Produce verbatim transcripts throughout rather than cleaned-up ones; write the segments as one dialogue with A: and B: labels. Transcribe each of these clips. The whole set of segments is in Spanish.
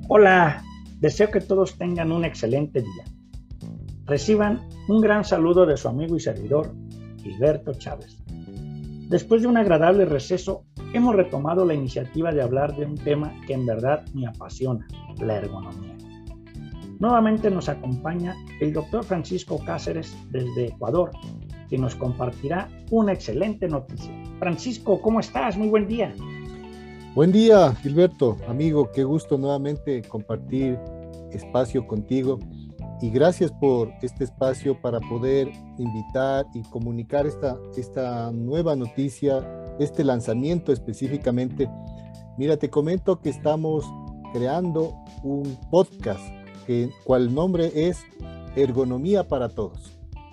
A: Hola, deseo que todos tengan un excelente día. Reciban un gran saludo de su amigo y servidor, Gilberto Chávez. Después de un agradable receso, hemos retomado la iniciativa de hablar de un tema que en verdad me apasiona, la ergonomía. Nuevamente nos acompaña el doctor Francisco Cáceres desde Ecuador, que nos compartirá una excelente noticia. Francisco, ¿cómo estás? Muy buen día.
B: Buen día, Gilberto, amigo, qué gusto nuevamente compartir espacio contigo y gracias por este espacio para poder invitar y comunicar esta, esta nueva noticia, este lanzamiento específicamente. Mira, te comento que estamos creando un podcast, que, cual nombre es Ergonomía para Todos.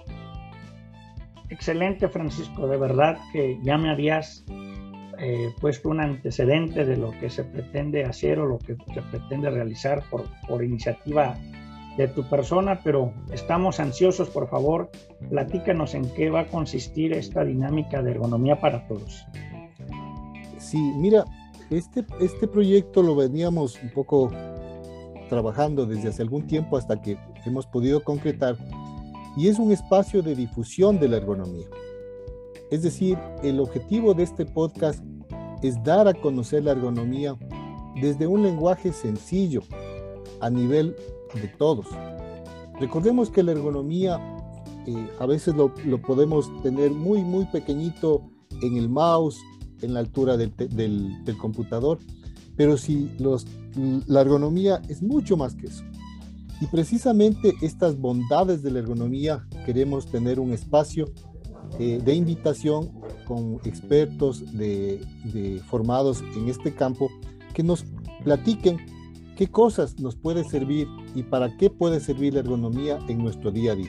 A: Excelente, Francisco, de verdad que ya me habías Eh, puesto un antecedente de lo que se pretende hacer o lo que se pretende realizar por, por iniciativa de tu persona, pero estamos ansiosos. Por favor, platícanos en qué va a consistir esta dinámica de ergonomía para todos.
B: Sí, mira, este, este proyecto lo veníamos un poco trabajando desde hace algún tiempo hasta que hemos podido concretar, y es un espacio de difusión de la ergonomía. Es decir, el objetivo de este podcast es dar a conocer la ergonomía desde un lenguaje sencillo, a nivel de todos. Recordemos que la ergonomía eh, a veces lo, lo podemos tener muy, muy pequeñito en el mouse, en la altura del, del, del computador, pero si los, la ergonomía es mucho más que eso. Y precisamente estas bondades de la ergonomía queremos tener un espacio Eh, de invitación con expertos de, de formados en este campo que nos platiquen qué cosas nos puede servir y para qué puede servir la ergonomía en nuestro día a día.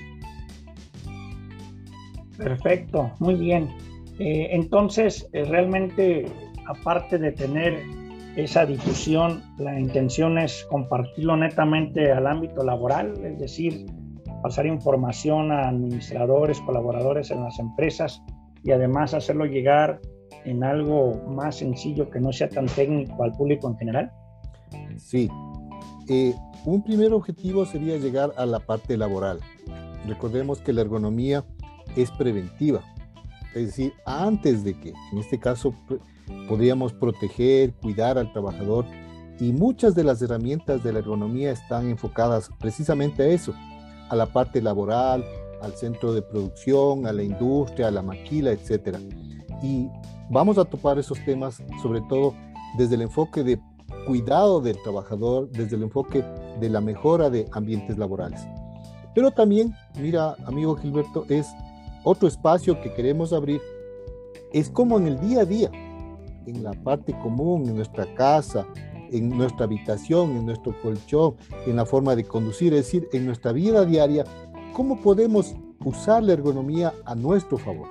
A: Perfecto, muy bien. Eh, entonces, eh, realmente, aparte de tener esa difusión, la intención es compartirlo netamente al ámbito laboral, es decir, pasar información a administradores, colaboradores en las empresas y además hacerlo llegar en algo más sencillo que no sea tan técnico al público en general.
B: Sí, eh, un primer objetivo sería llegar a la parte laboral. Recordemos que la ergonomía es preventiva, es decir, antes de que, en este caso, podríamos proteger, cuidar al trabajador, y muchas de las herramientas de la ergonomía están enfocadas precisamente a eso, a la parte laboral, al centro de producción, a la industria, a la maquila, etcétera. Y vamos a topar esos temas, sobre todo desde el enfoque de cuidado del trabajador, desde el enfoque de la mejora de ambientes laborales. Pero también, mira, amigo Gilberto, es otro espacio que queremos abrir, es como en el día a día, en la parte común, en nuestra casa, en nuestra habitación, en nuestro colchón, en la forma de conducir, es decir, en nuestra vida diaria, ¿cómo podemos usar la ergonomía a nuestro favor?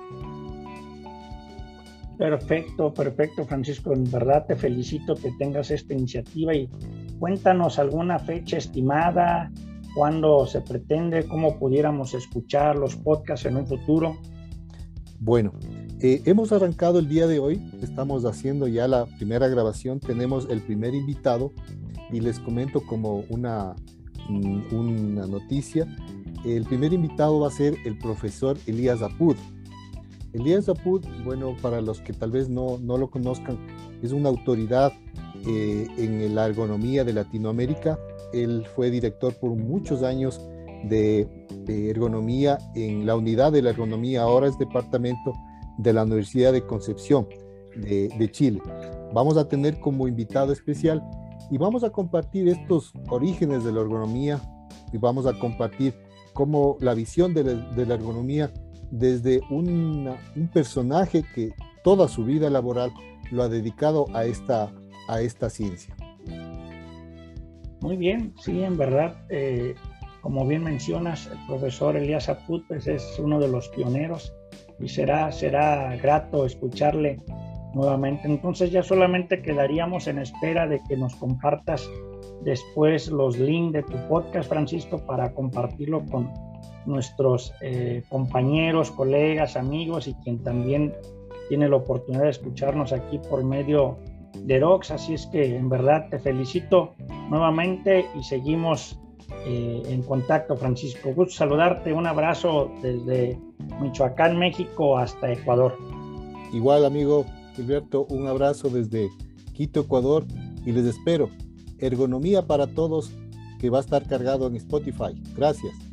A: Perfecto, perfecto, Francisco. En verdad te felicito que tengas esta iniciativa y cuéntanos alguna fecha estimada, cuándo se pretende, cómo pudiéramos escuchar los podcasts en un futuro.
B: Bueno, Eh, hemos arrancado el día de hoy, estamos haciendo ya la primera grabación, tenemos el primer invitado y les comento como una, una noticia. El primer invitado va a ser el profesor Elías Apud. Elías Apud, bueno, para los que tal vez no, no lo conozcan, es una autoridad eh, en la ergonomía de Latinoamérica. Él fue director por muchos años de, de ergonomía en la unidad de la ergonomía, ahora es departamento de la Universidad de Concepción de, de Chile. Vamos a tener como invitado especial y vamos a compartir estos orígenes de la ergonomía y vamos a compartir cómo la visión de la, de la ergonomía desde una, un personaje que toda su vida laboral lo ha dedicado a esta, a esta ciencia.
A: Muy bien, sí, en verdad, eh, como bien mencionas, el profesor Elías Apud pues, es uno de los pioneros y será, será grato escucharle nuevamente. Entonces ya solamente quedaríamos en espera de que nos compartas después los links de tu podcast, Francisco, para compartirlo con nuestros eh, compañeros, colegas, amigos y quien también tiene la oportunidad de escucharnos aquí por medio de Rox, así es que en verdad te felicito nuevamente y seguimos eh, en contacto, Francisco. Gusto saludarte, un abrazo desde Michoacán, México hasta Ecuador.
B: Igual, amigo Gilberto, un abrazo desde Quito, Ecuador, y les espero. Ergonomía para Todos, que va a estar cargado en Spotify. Gracias.